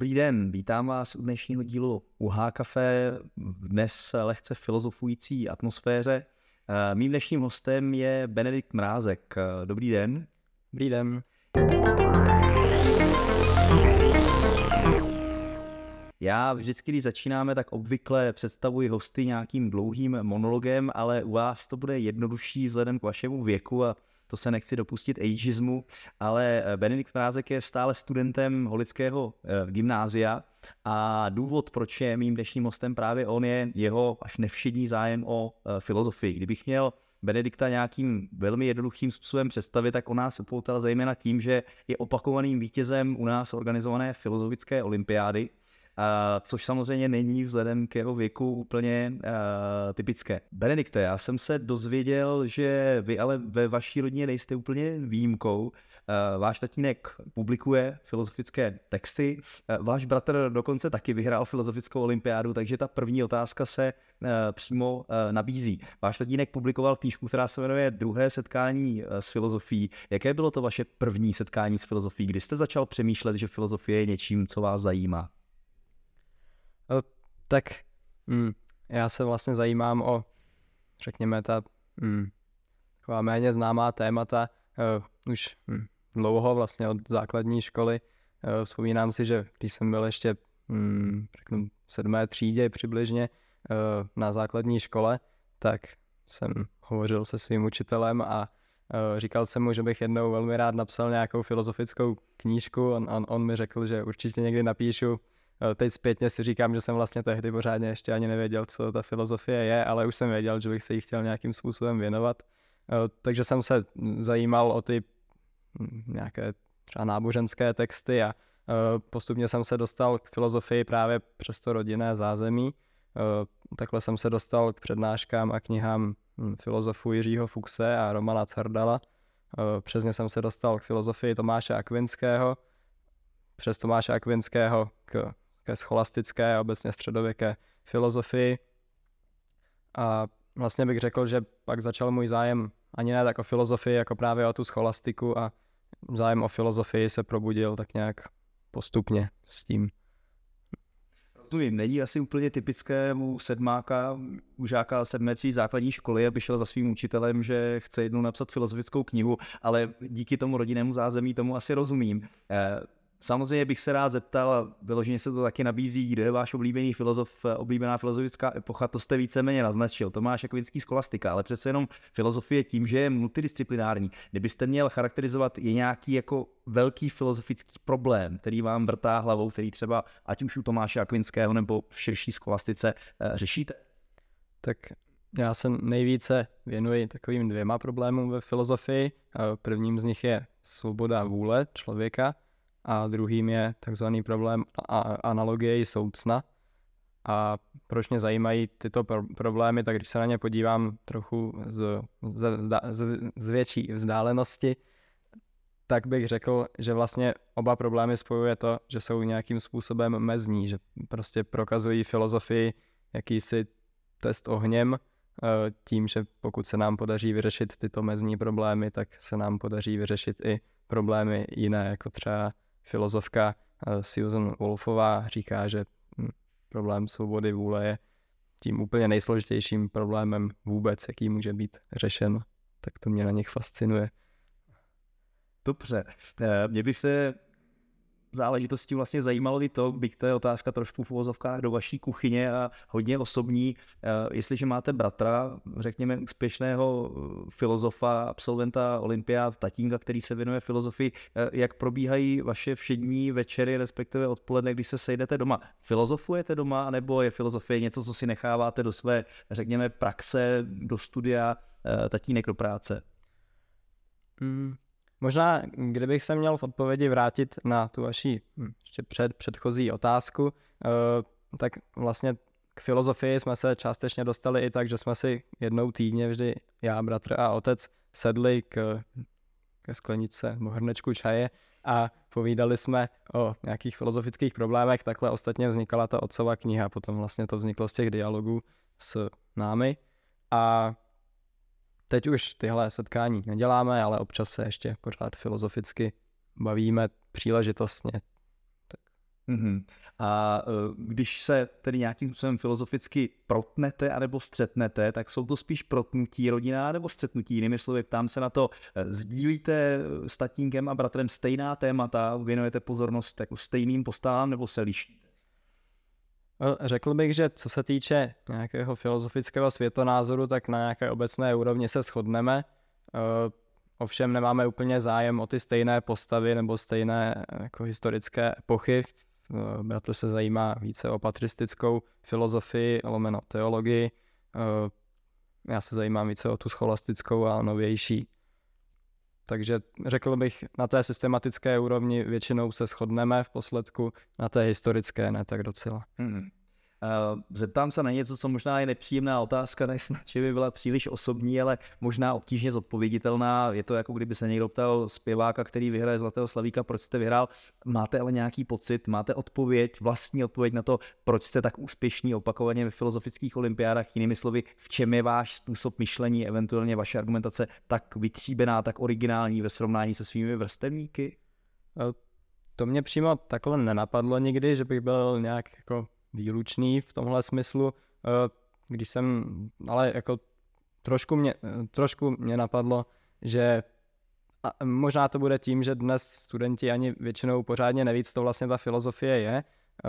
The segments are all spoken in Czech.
Dobrý den, vítám vás u dnešního dílu UH Café v dnes lehce filozofující atmosféře. Mým dnešním hostem je Benedikt Mrázek. Dobrý den. Dobrý den. Já vždycky, když začínáme, tak obvykle představuji hosty nějakým dlouhým monologem, ale u vás to bude jednodušší vzhledem k vašemu věku a to se nechci dopustit ageismu, ale Benedikt Mrázek je stále studentem Holického gymnázia a důvod, proč je mým dnešním hostem právě on, je jeho až nevšední zájem o filozofii. Kdybych měl Benedikta nějakým velmi jednoduchým způsobem představit, tak on nás upoutal zejména tím, že je opakovaným vítězem u nás organizované filozofické olympiády, což samozřejmě není vzhledem k jeho věku úplně typické. Benedikte, já jsem se dozvěděl, že vy ale ve vaší rodině nejste úplně výjimkou. Váš tatínek publikuje filozofické texty, váš bratr dokonce taky vyhrál filozofickou olympiádu, takže ta první otázka se přímo nabízí. Váš tatínek publikoval knížku, která se jmenuje Druhé setkání s filozofií. Jaké bylo to vaše první setkání s filozofií? Kdy jste začal přemýšlet, že filozofie je něčím, co vás zajímá? Tak já se vlastně zajímám o, řekněme, taková méně známá témata už dlouho, vlastně od základní školy. Vzpomínám si, že když jsem byl ještě, řeknu, v 7. třídě přibližně na základní škole, tak jsem hovořil se svým učitelem a říkal jsem mu, že bych jednou velmi rád napsal nějakou filozofickou knížku. On mi řekl, že určitě někdy napíšu. Teď zpětně si říkám, že jsem vlastně tehdy pořádně ještě ani nevěděl, co ta filozofie je, ale už jsem věděl, že bych se jí chtěl nějakým způsobem věnovat. Takže jsem se zajímal o ty nějaké třeba náboženské texty a postupně jsem se dostal k filozofii právě přes to rodinné zázemí. Takhle jsem se dostal k přednáškám a knihám filozofů Jiřího Fuchse a Romana Cardala. Přes ně jsem se dostal k filozofii Tomáše Akvinského, přes Tomáše Akvinského ke scholastické a obecně středověké filozofii. A vlastně bych řekl, že pak začal můj zájem ani ne tak o filozofii, jako právě o tu scholastiku a zájem o filozofii se probudil tak nějak postupně s tím. Rozumím, není asi úplně typickému sedmáka, u žáka 7. třídy základní školy, aby šel za svým učitelem, že chce jednou napsat filozofickou knihu, ale díky tomu rodinnému zázemí tomu asi rozumím. Samozřejmě bych se rád zeptal, a vyloženě se to taky nabízí, kdo je váš oblíbený filozof, oblíbená filozofická epocha, to jste víceméně naznačil, Tomáš Akvinský scholastika, ale přece jenom filozofie tím, že je multidisciplinární. Kdybyste měl charakterizovat, je nějaký jako velký filozofický problém, který vám vrtá hlavou, který třeba ať už u Tomáše Akvinského nebo v širší scholastice řešíte? Tak já se nejvíce věnuji takovým 2 problémům ve filozofii. Prvním z nich je svoboda vůle člověka, a druhým je takzvaný problém analogie i soucna. A proč mě zajímají tyto problémy, tak když se na ně podívám trochu z větší vzdálenosti, tak bych řekl, že vlastně oba problémy spojuje to, že jsou nějakým způsobem mezní, že prostě prokazují filozofii jakýsi test ohněm, tím, že pokud se nám podaří vyřešit tyto mezní problémy, tak se nám podaří vyřešit i problémy jiné, jako třeba filozofka Susan Wolfová říká, že problém svobody vůle je tím úplně nejsložitějším problémem vůbec, jaký může být řešen. Tak to mě na nich fascinuje. Dobře, mě by se záležitostí vlastně zajímalo i to, byť to je otázka trošku v uvozovkách do vaší kuchyně a hodně osobní. Jestliže máte bratra, řekněme úspěšného filozofa, absolventa olympiád, tatínka, který se věnuje filozofii, jak probíhají vaše všední večery, respektive odpoledne, když se sejdete doma? Filozofujete doma, nebo je filozofie něco, co si necháváte do své, řekněme, praxe, do studia, tatínek do práce? Možná, kdybych se měl v odpovědi vrátit na tu vaši ještě předchozí otázku, tak vlastně k filozofii jsme se částečně dostali i tak, že jsme si jednou týdně vždy já, bratr a otec sedli ke skleničce nebo hrnečku čaje a povídali jsme o nějakých filozofických problémech. Takhle ostatně vznikala ta otcova kniha, potom vlastně to vzniklo z těch dialogů s námi a teď už tyhle setkání neděláme, ale občas se ještě pořád filozoficky bavíme příležitostně. Tak Mhm. A když se tedy nějakým způsobem filozoficky protnete anebo střetnete, tak jsou to spíš protnutí rodinná nebo střetnutí? Jinými slovy, ptám se na to, sdílíte s tatínkem a bratrem stejná témata, věnujete pozornost jako stejným postavám nebo se liší? Řekl bych, že co se týče nějakého filozofického světonázoru, tak na nějaké obecné úrovni se shodneme. Ovšem nemáme úplně zájem o ty stejné postavy nebo stejné jako historické epochy. Bratr se zajímá více o patristickou filozofii, lomeno teologii. Já se zajímám více o tu scholastickou a novější. Takže řekl bych, na té systematické úrovni většinou se shodneme v posledku, na té historické ne tak docela. Zeptám se na něco, co možná je nepříjemná otázka, nesnad, že by byla příliš osobní, ale možná obtížně zodpověditelná. Je to jako kdyby se někdo ptal zpěváka, který vyhraje Zlatého slavíka, proč jste vyhrál. Máte ale nějaký pocit, máte odpověď, vlastní odpověď na to, proč jste tak úspěšní opakovaně ve filozofických olympiádách, jinými slovy, v čem je váš způsob myšlení, eventuálně vaše argumentace tak vytříbená, tak originální ve srovnání se svými vrstevníky? To mě přímo takhle nenapadlo nikdy, že bych byl nějak jako výlučný v tomhle smyslu, když jsem, ale jako trošku mě napadlo, že a možná to bude tím, že dnes studenti ani většinou pořádně neví, co to vlastně ta filozofie je.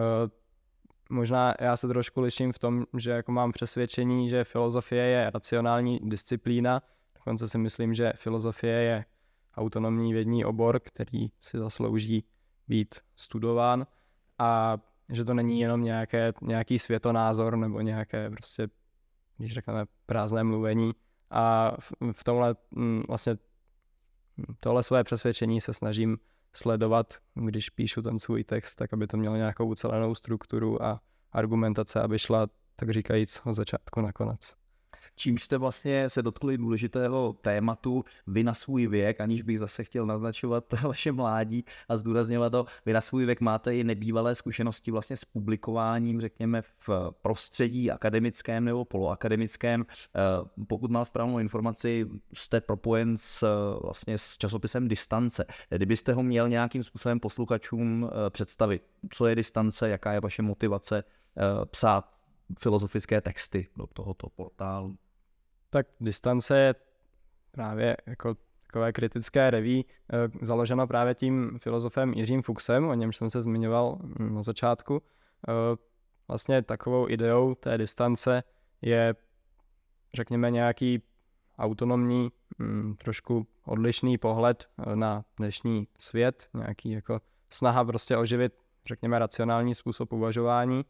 Možná já se trošku liším v tom, že jako mám přesvědčení, že filozofie je racionální disciplína, dokonce si myslím, že filozofie je autonomní vědní obor, který si zaslouží být studován a že to není jenom nějaký světonázor nebo nějaké prostě, když řekneme, prázdné mluvení. A v tomhle vlastně tohle své přesvědčení se snažím sledovat, když píšu ten svůj text, tak aby to mělo nějakou ucelenou strukturu a argumentace, aby šla, tak říkajíc, od začátku na konec. Čím jste vlastně se dotkli důležitého tématu, vy na svůj věk, aniž bych zase chtěl naznačovat vaše mládí a zdůrazňovat to, vy na svůj věk máte i nebývalé zkušenosti vlastně s publikováním, řekněme, v prostředí akademickém nebo poloakademickém. Pokud mám správnou informaci, jste propojen vlastně s časopisem Distance. Kdybyste ho měl nějakým způsobem posluchačům představit, co je Distance, jaká je vaše motivace psát filozofické texty do tohoto portálu? Tak Distance je právě jako takové kritické reví, založeno právě tím filozofem Jiřím Fuchsem, o němž jsem se zmiňoval na začátku. Vlastně takovou ideou té Distance je, řekněme, nějaký autonomní, trošku odlišný pohled na dnešní svět, nějaký jako snaha prostě oživit, řekněme, racionální způsob uvažování.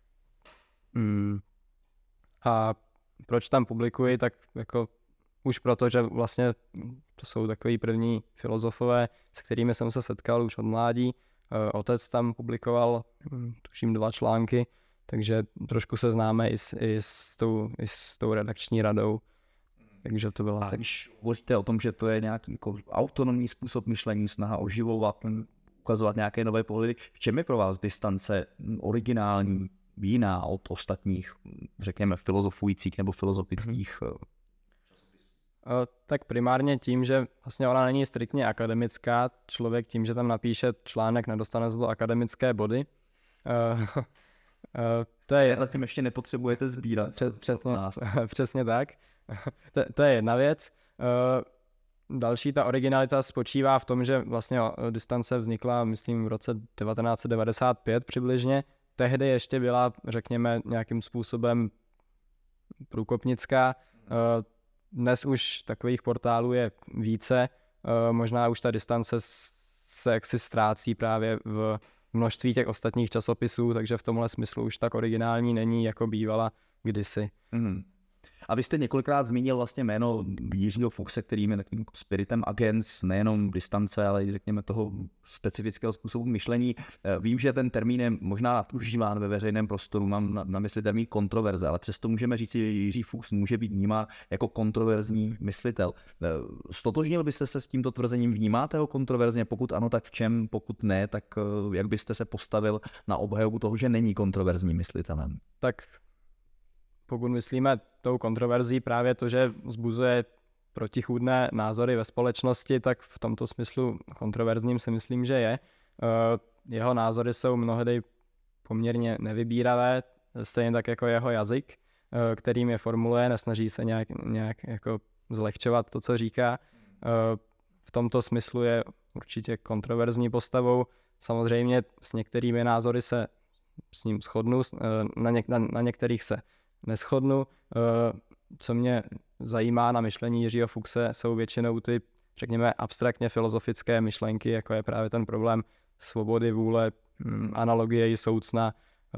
A proč tam publikuji, tak jako už proto, že vlastně to jsou takový první filozofové, se kterými jsem se setkal už od mládí. Otec tam publikoval, tuším, 2 články, takže trošku se známe i s tou redakční radou. Takže to byla tak. Když hovoříte o tom, že to je nějaký jako autonomní způsob myšlení, snaha oživovat, ukazovat nějaké nové pohledy, v čem je pro vás Distance originální, jiná od ostatních, řekněme, filozofujících nebo filozofických časopisů? Tak primárně tím, že vlastně ona není striktně akademická. Člověk tím, že tam napíše článek, nedostane za to akademické body. To je... Zatím ještě nepotřebujete sbírat. Přesně tak. To je jedna věc. Další ta originalita spočívá v tom, že vlastně Distance vznikla, myslím, v roce 1995 přibližně. Tehdy ještě byla, řekněme, nějakým způsobem průkopnická. Dnes už takových portálů je více. Možná už ta Distance se jaksi ztrácí právě v množství těch ostatních časopisů, takže v tomhle smyslu už tak originální není, jako bývala kdysi. A vy jste několikrát zmínil vlastně jméno Jiřího Fuchse, kterým je takovým spiritem agens, nejenom Distance, ale i řekněme toho specifického způsobu myšlení. Vím, že ten termín je možná nadužíván ve veřejném prostoru, mám na mysli termín kontroverze, ale přesto můžeme říct, že Jiří Fuchs může být vnímán jako kontroverzní myslitel. Stotožnil byste se s tímto tvrzením, vnímáte ho kontroverzně? Pokud ano, tak v čem? Pokud ne, tak jak byste se postavil na obhajobu toho, že není kontroverzním myslitelem? Tak pokud myslíme tou kontroverzí právě to, že vzbuzuje protichůdné názory ve společnosti, tak v tomto smyslu kontroverzním si myslím, že je. jeho názory jsou mnohdy poměrně nevybíravé, stejně tak jako jeho jazyk, kterým je formuluje, nesnaží se nějak jako zlehčovat to, co říká. V tomto smyslu je určitě kontroverzní postavou. Samozřejmě s některými názory se s ním shodnu, na některých se neshodnu. Co mě zajímá na myšlení Jiřího Fuchse, jsou většinou ty, řekněme, abstraktně filozofické myšlenky, jako je právě ten problém svobody, vůle, analogie i soucna,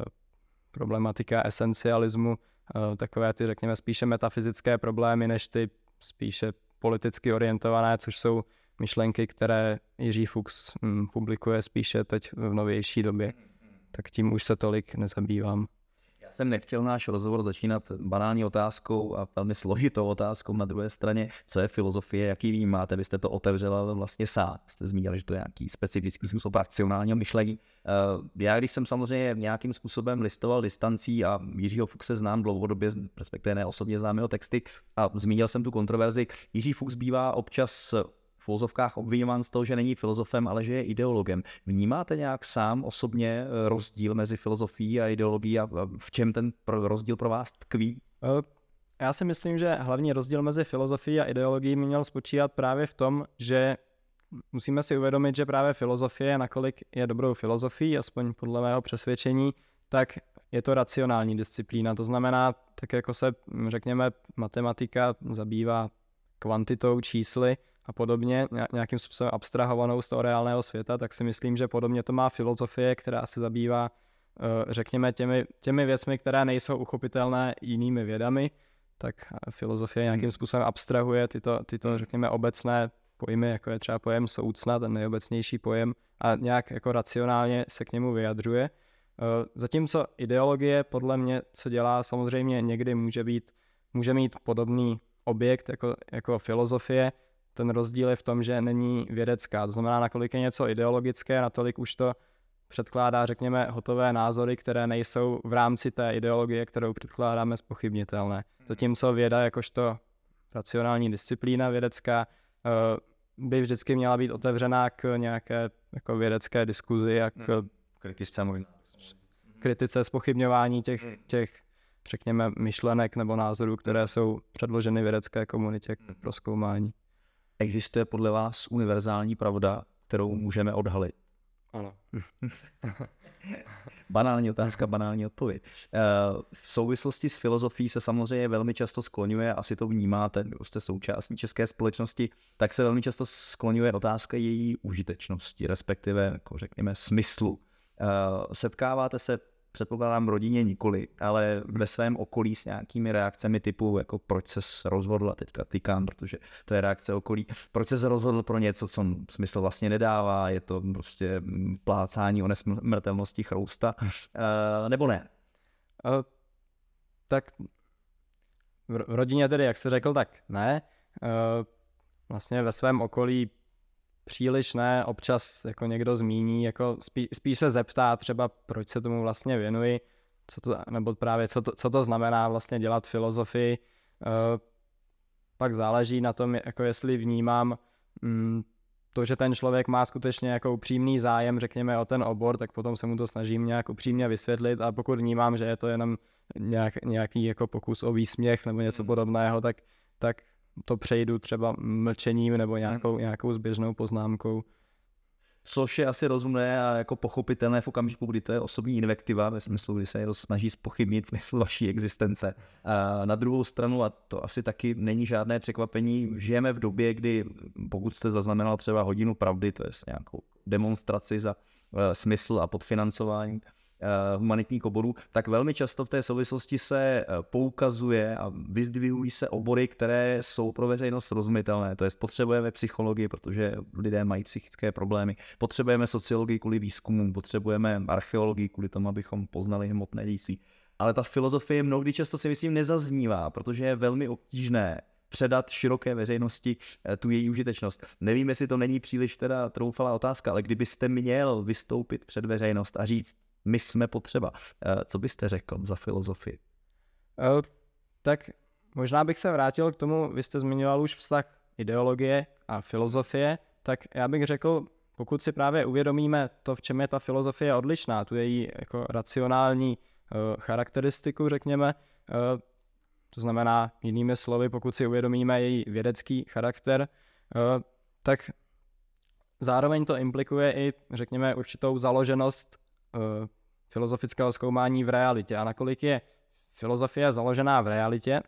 problematika esencialismu, takové ty, řekněme, spíše metafyzické problémy, než ty spíše politicky orientované, což jsou myšlenky, které Jiří Fuchs publikuje spíše teď v novější době. Tak tím už se tolik nezabývám. Já jsem nechtěl náš rozhovor začínat banální otázkou a velmi složitou otázkou na druhé straně, co je filozofie, jaký vím máte, vy jste to otevřela vlastně sám, jste zmínil, že to je nějaký specifický způsob racionálního myšlení. Já když jsem samozřejmě nějakým způsobem listoval distancí a Jiřího Fuchse znám dlouhodobě, respektive ne osobně znám jeho texty a zmínil jsem tu kontroverzi, Jiří Fuchs bývá občas v uvozovkách obviňován z toho, že není filozofem, ale že je ideologem. Vnímáte nějak sám osobně rozdíl mezi filozofií a ideologií a v čem ten rozdíl pro vás tkví? Já si myslím, že hlavní rozdíl mezi filozofií a ideologií měl spočívat právě v tom, že musíme si uvědomit, že právě filozofie, nakolik je dobrou filozofií, aspoň podle mého přesvědčení, tak je to racionální disciplína. To znamená, tak jako se, řekněme, matematika zabývá kvantitou, čísly a podobně, nějakým způsobem abstrahovanou z toho reálného světa, tak si myslím, že podobně to má filozofie, která se zabývá, řekněme, těmi věcmi, které nejsou uchopitelné jinými vědami, tak filozofie nějakým způsobem abstrahuje tyto, řekněme, obecné pojmy, jako je třeba pojem soucna, ten nejobecnější pojem, a nějak jako racionálně se k němu vyjadřuje. Zatímco ideologie, podle mě, co dělá, samozřejmě někdy může mít podobný objekt jako filozofie. Ten rozdíl je v tom, že není vědecká. To znamená, nakolik je něco ideologické, natolik už to předkládá, řekněme, hotové názory, které nejsou v rámci té ideologie, kterou předkládáme, zpochybnitelné. Zatímco věda, jakožto racionální disciplína vědecká, by vždycky měla být otevřená k nějaké jako vědecké diskuzi a k kritice, zpochybňování těch, řekněme, myšlenek nebo názorů, které jsou předloženy vědecké komunitě k prozkoumání. Existuje podle vás univerzální pravda, kterou můžeme odhalit? Ano. Banální otázka, banální odpověď. V souvislosti s filozofií se samozřejmě velmi často skloňuje, asi to vnímáte, jste součástí české společnosti, tak se velmi často skloňuje otázka její užitečnosti, respektive, jako řekněme, smyslu. Setkáváte se, předpokládám, v rodině nikoli, ale ve svém okolí s nějakými reakcemi typu, jako proč se rozhodl, a teďka tykám, protože to je reakce okolí, proč se rozhodl pro něco, co smysl vlastně nedává, je to prostě plácání o nesmrtelnosti chrousta, nebo ne? Tak v rodině tedy, jak jsi řekl, tak ne. Vlastně ve svém okolí příliš ne, občas jako někdo zmíní, jako spíš se zeptá třeba, proč se tomu vlastně věnuji, nebo právě co to znamená vlastně dělat filozofii. Pak záleží na tom, jako jestli vnímám to, že ten člověk má skutečně jako upřímný zájem, řekněme, o ten obor, tak potom se mu to snažím nějak upřímně vysvětlit, a pokud vnímám, že je to jenom nějaký jako pokus o výsměch nebo něco podobného, tak to přejdu třeba mlčením nebo nějakou zběžnou poznámkou. Což je asi rozumné a jako pochopitelné v okamžiku, kdy to je osobní invektiva, ve smyslu, kdy se snaží zpochybnit smysl vaší existence. A na druhou stranu, a to asi taky není žádné překvapení, žijeme v době, kdy pokud jste zaznamenal třeba hodinu pravdy, to je nějakou demonstraci za smysl a podfinancování humanitních oborů, tak velmi často v té souvislosti se poukazuje a vyzdvihují se obory, které jsou pro veřejnost srozumitelné. To je, potřebujeme psychologii, protože lidé mají psychické problémy, potřebujeme sociologii kvůli výzkumům, potřebujeme archeologii kvůli tomu, abychom poznali hmotné dějství. Ale ta filozofie mnohdy často, si myslím, nezaznívá, protože je velmi obtížné předat široké veřejnosti tu její užitečnost. Nevím, jestli to není příliš teda troufalá otázka, ale kdybyste měl vystoupit před veřejnost a říct, my jsme potřeba. Co byste řekl za filozofii? Tak možná bych se vrátil k tomu, vy jste zmiňoval už vztah ideologie a filozofie, tak já bych řekl pokud si právě uvědomíme to, v čem je ta filozofie odlišná, tu její jako racionální charakteristiku, řekněme, to znamená jinými slovy, pokud si uvědomíme její vědecký charakter, tak zároveň to implikuje i, řekněme, určitou založenost filozofického zkoumání v realitě. A nakolik je filozofie založená v realitě,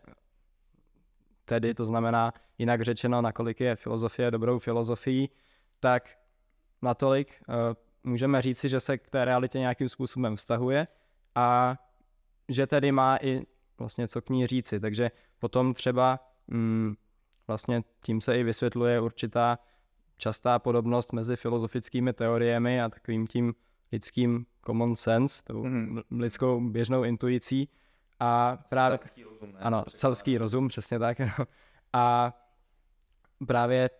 tedy to znamená jinak řečeno, nakolik je filozofie dobrou filozofií, tak natolik můžeme říci, že se k té realitě nějakým způsobem vztahuje a že tedy má i vlastně co k ní říci. Takže potom třeba vlastně tím se i vysvětluje určitá častá podobnost mezi filozofickými teoriemi a takovým tím lidským common sense, tou lidskou běžnou intuicí. A právě, selský rozum, ne? Ano, selský rozum, přesně tak. A právě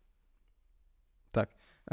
tak.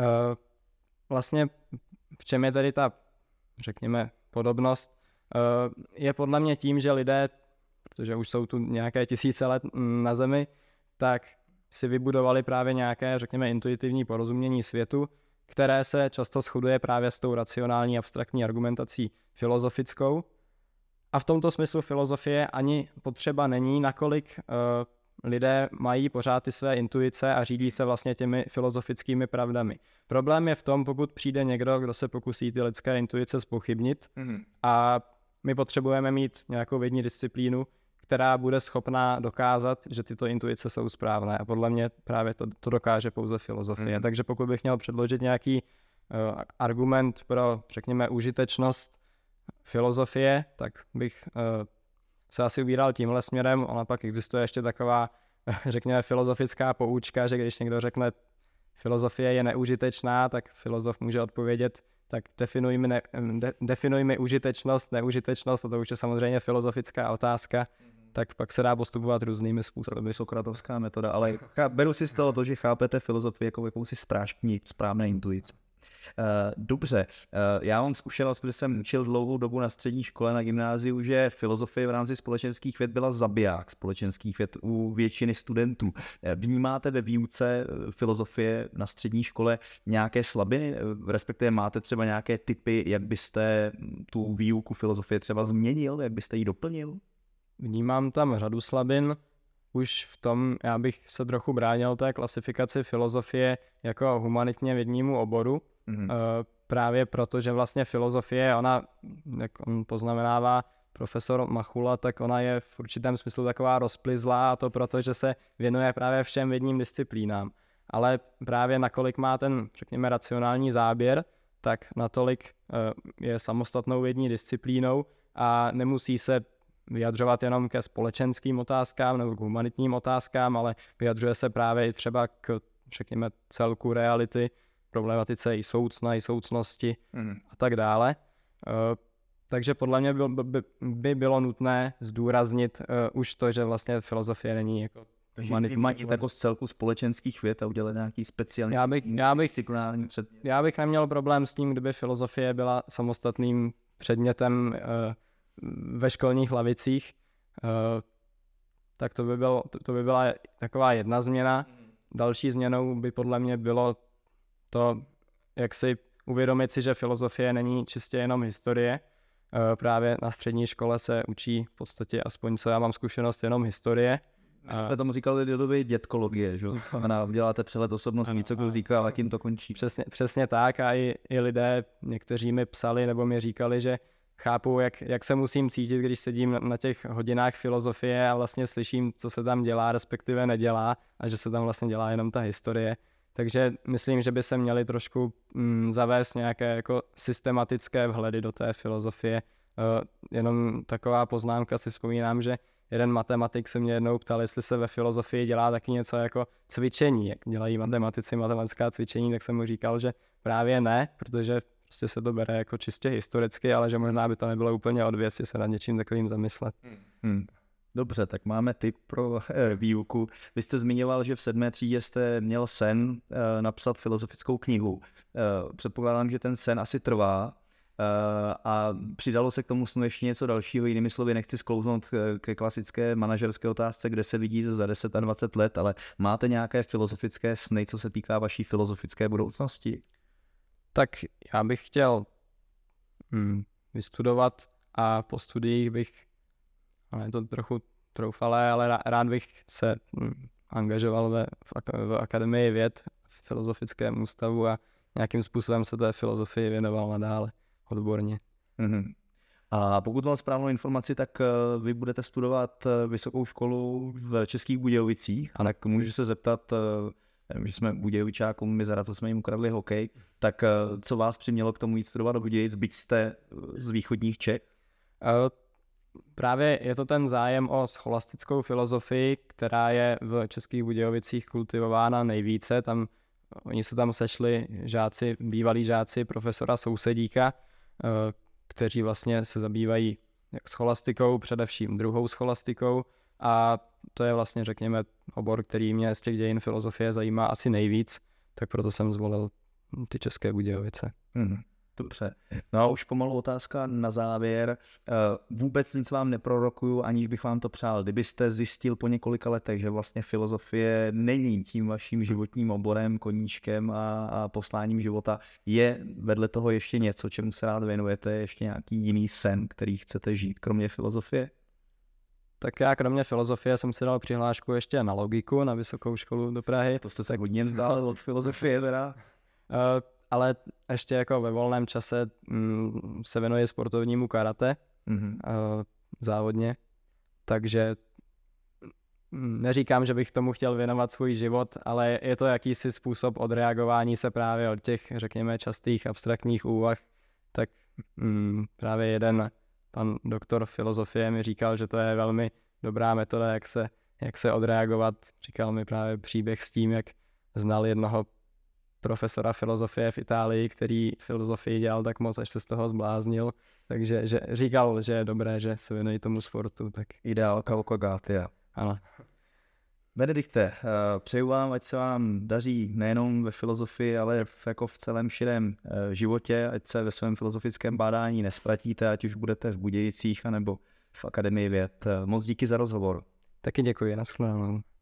Vlastně v čem je tady ta, řekněme, podobnost, je podle mě tím, že lidé, protože už jsou tu nějaké tisíce let na Zemi, tak si vybudovali právě nějaké, řekněme, intuitivní porozumění světu, které se často shoduje právě s tou racionální abstraktní argumentací filozofickou. A v tomto smyslu filozofie ani potřeba není, nakolik lidé mají pořád ty své intuice a řídí se vlastně těmi filozofickými pravdami. Problém je v tom, pokud přijde někdo, kdo se pokusí ty lidské intuice zpochybnit a my potřebujeme mít nějakou vědní disciplínu, která bude schopná dokázat, že tyto intuice jsou správné. A podle mě právě to dokáže pouze filozofie. Takže pokud bych měl předložit nějaký argument pro, řekněme, užitečnost filozofie, tak bych se asi ubíral tímhle směrem. Ona pak existuje ještě taková, řekněme, filozofická poučka, že když někdo řekne, filozofie je neužitečná, tak filozof může odpovědět, tak definuj mi užitečnost, neužitečnost, a to už je samozřejmě filozofická otázka, tak pak se dá postupovat různými způsoby. Sokratovská metoda, ale beru si z toho to, že chápete filozofii jako jakousi strážkyni správné intuice. Dobře, já mám zkušenost, protože jsem učil dlouhou dobu na střední škole, na gymnáziu, že filozofie v rámci společenských věd byla zabiják společenských věd u většiny studentů. Vnímáte ve výuce filozofie na střední škole nějaké slabiny, respektive máte třeba nějaké tipy, jak byste tu výuku filozofie třeba změnil, jak byste ji doplnil? Vnímám tam řadu slabin. Už v tom já bych se trochu bránil té klasifikaci filozofie jako humanitně vědnímu oboru. Právě proto, že vlastně filozofie, ona, jak on poznamenává profesor Machula, tak ona je v určitém smyslu taková rozplyzlá, a to proto, že se věnuje právě všem vědním disciplínám. Ale právě nakolik má ten, řekněme, racionální záběr, tak natolik je samostatnou vědní disciplínou a nemusí se vyjadřovat jenom ke společenským otázkám nebo k humanitním otázkám, ale vyjadřuje se právě i třeba k, řekněme, celku reality, problematice i soucna, i soucnosti a tak dále. Takže podle mě by bylo nutné zdůraznit už to, že vlastně filozofie není jako humanitní jako z celku společenských věd a udělat nějaký speciální disciplinární předmět. Já bych neměl problém s tím, kdyby filozofie byla samostatným předmětem ve školních lavicích, tak to by byla taková jedna změna. Další změnou by podle mě bylo to, jak si uvědomit si, že filozofie není čistě jenom historie. Právě na střední škole se učí v podstatě, aspoň co já mám zkušenost, jenom historie. My jsme tomu říkali lidově dětkologie, že? Znamená, děláte přehled osobností, co kdo říká, a tím to končí. Přesně tak, a i lidé, někteří mi psali nebo mi říkali, že chápu, jak se musím cítit, když sedím na těch hodinách filozofie a vlastně slyším, co se tam dělá, respektive nedělá, a že se tam vlastně dělá jenom ta historie. Takže myslím, že by se měly trošku zavést nějaké jako systematické vhledy do té filozofie. Jenom taková poznámka, si vzpomínám, že jeden matematik se mě jednou ptal, jestli se ve filozofii dělá taky něco jako cvičení, jak dělají matematici matematická cvičení, tak jsem mu říkal, že právě ne, protože prostě se to bere jako čistě historicky, ale že možná by to nebylo úplně od věci se nad něčím takovým zamyslet. Dobře, tak máme tip pro výuku. Vy jste zmiňoval, že v 7. třídě jste měl sen napsat filozofickou knihu. Předpokládám, že ten sen asi trvá a přidalo se k tomu snu ještě něco dalšího. Jinými slovy, nechci sklouznout ke klasické manažerské otázce, kde se vidíte za 10 a 20 let, ale máte nějaké filozofické sny, co se týká vaší filozofické budoucnosti? Tak já bych chtěl vystudovat a po studiích bych, ale je to trochu troufalé, ale rád bych se angažoval v Akademii věd, v Filozofickém ústavu a nějakým způsobem se té filozofii věnoval nadále odborně. Mm-hmm. A pokud mám správnou informaci, tak vy budete studovat vysokou školu v Českých Budějovicích, a tak můžu se zeptat, že jsme Budějovičákům, my co jsme jim ukradli hokej, tak co vás přimělo k tomu jít studovat do Budějic, byť jste z východních Čech? Právě je to ten zájem o scholastickou filozofii, která je v Českých Budějovicích kultivována nejvíce. Oni se tam sešli bývalí žáci profesora Sousedíka, kteří vlastně se zabývají scholastikou, především druhou scholastikou, a to je vlastně, řekněme, obor, který mě z těch dějin filozofie zajímá asi nejvíc, tak proto jsem zvolil ty České Budějovice. Dobře. No a už pomalu otázka na závěr. Vůbec nic vám neprorokuju, aniž bych vám to přál. Kdybyste zjistil po několika letech, že vlastně filozofie není tím vaším životním oborem, koníčkem a posláním života, je vedle toho ještě něco, čemu se rád věnujete, ještě nějaký jiný sen, který chcete žít, kromě filozofie? Tak já kromě filozofie jsem si dal přihlášku ještě na logiku na Vysokou školu do Prahy. To jste se hodně vzdál od filozofie teda. Ale ještě jako ve volném čase se věnuji sportovnímu karate závodně, takže neříkám, že bych tomu chtěl věnovat svůj život, ale je to jakýsi způsob odreagování se právě od těch, řekněme, častých abstraktních úvah. Tak právě jeden pan doktor filozofie mi říkal, že to je velmi dobrá metoda, jak se odreagovat. Říkal mi právě příběh s tím, jak znal jednoho profesora filozofie v Itálii, který filozofii dělal tak moc, až se z toho zbláznil. Takže říkal, že je dobré, že se věnují tomu sportu. Tak ideálka Okagátia. Ano. Benedikte, přeju vám, ať se vám daří nejenom ve filozofii, ale jako v celém širém životě, ať se ve svém filozofickém bádání nespratíte, ať už budete v Budějicích, anebo v Akademii věd. Moc díky za rozhovor. Taky děkuji, nashledanou.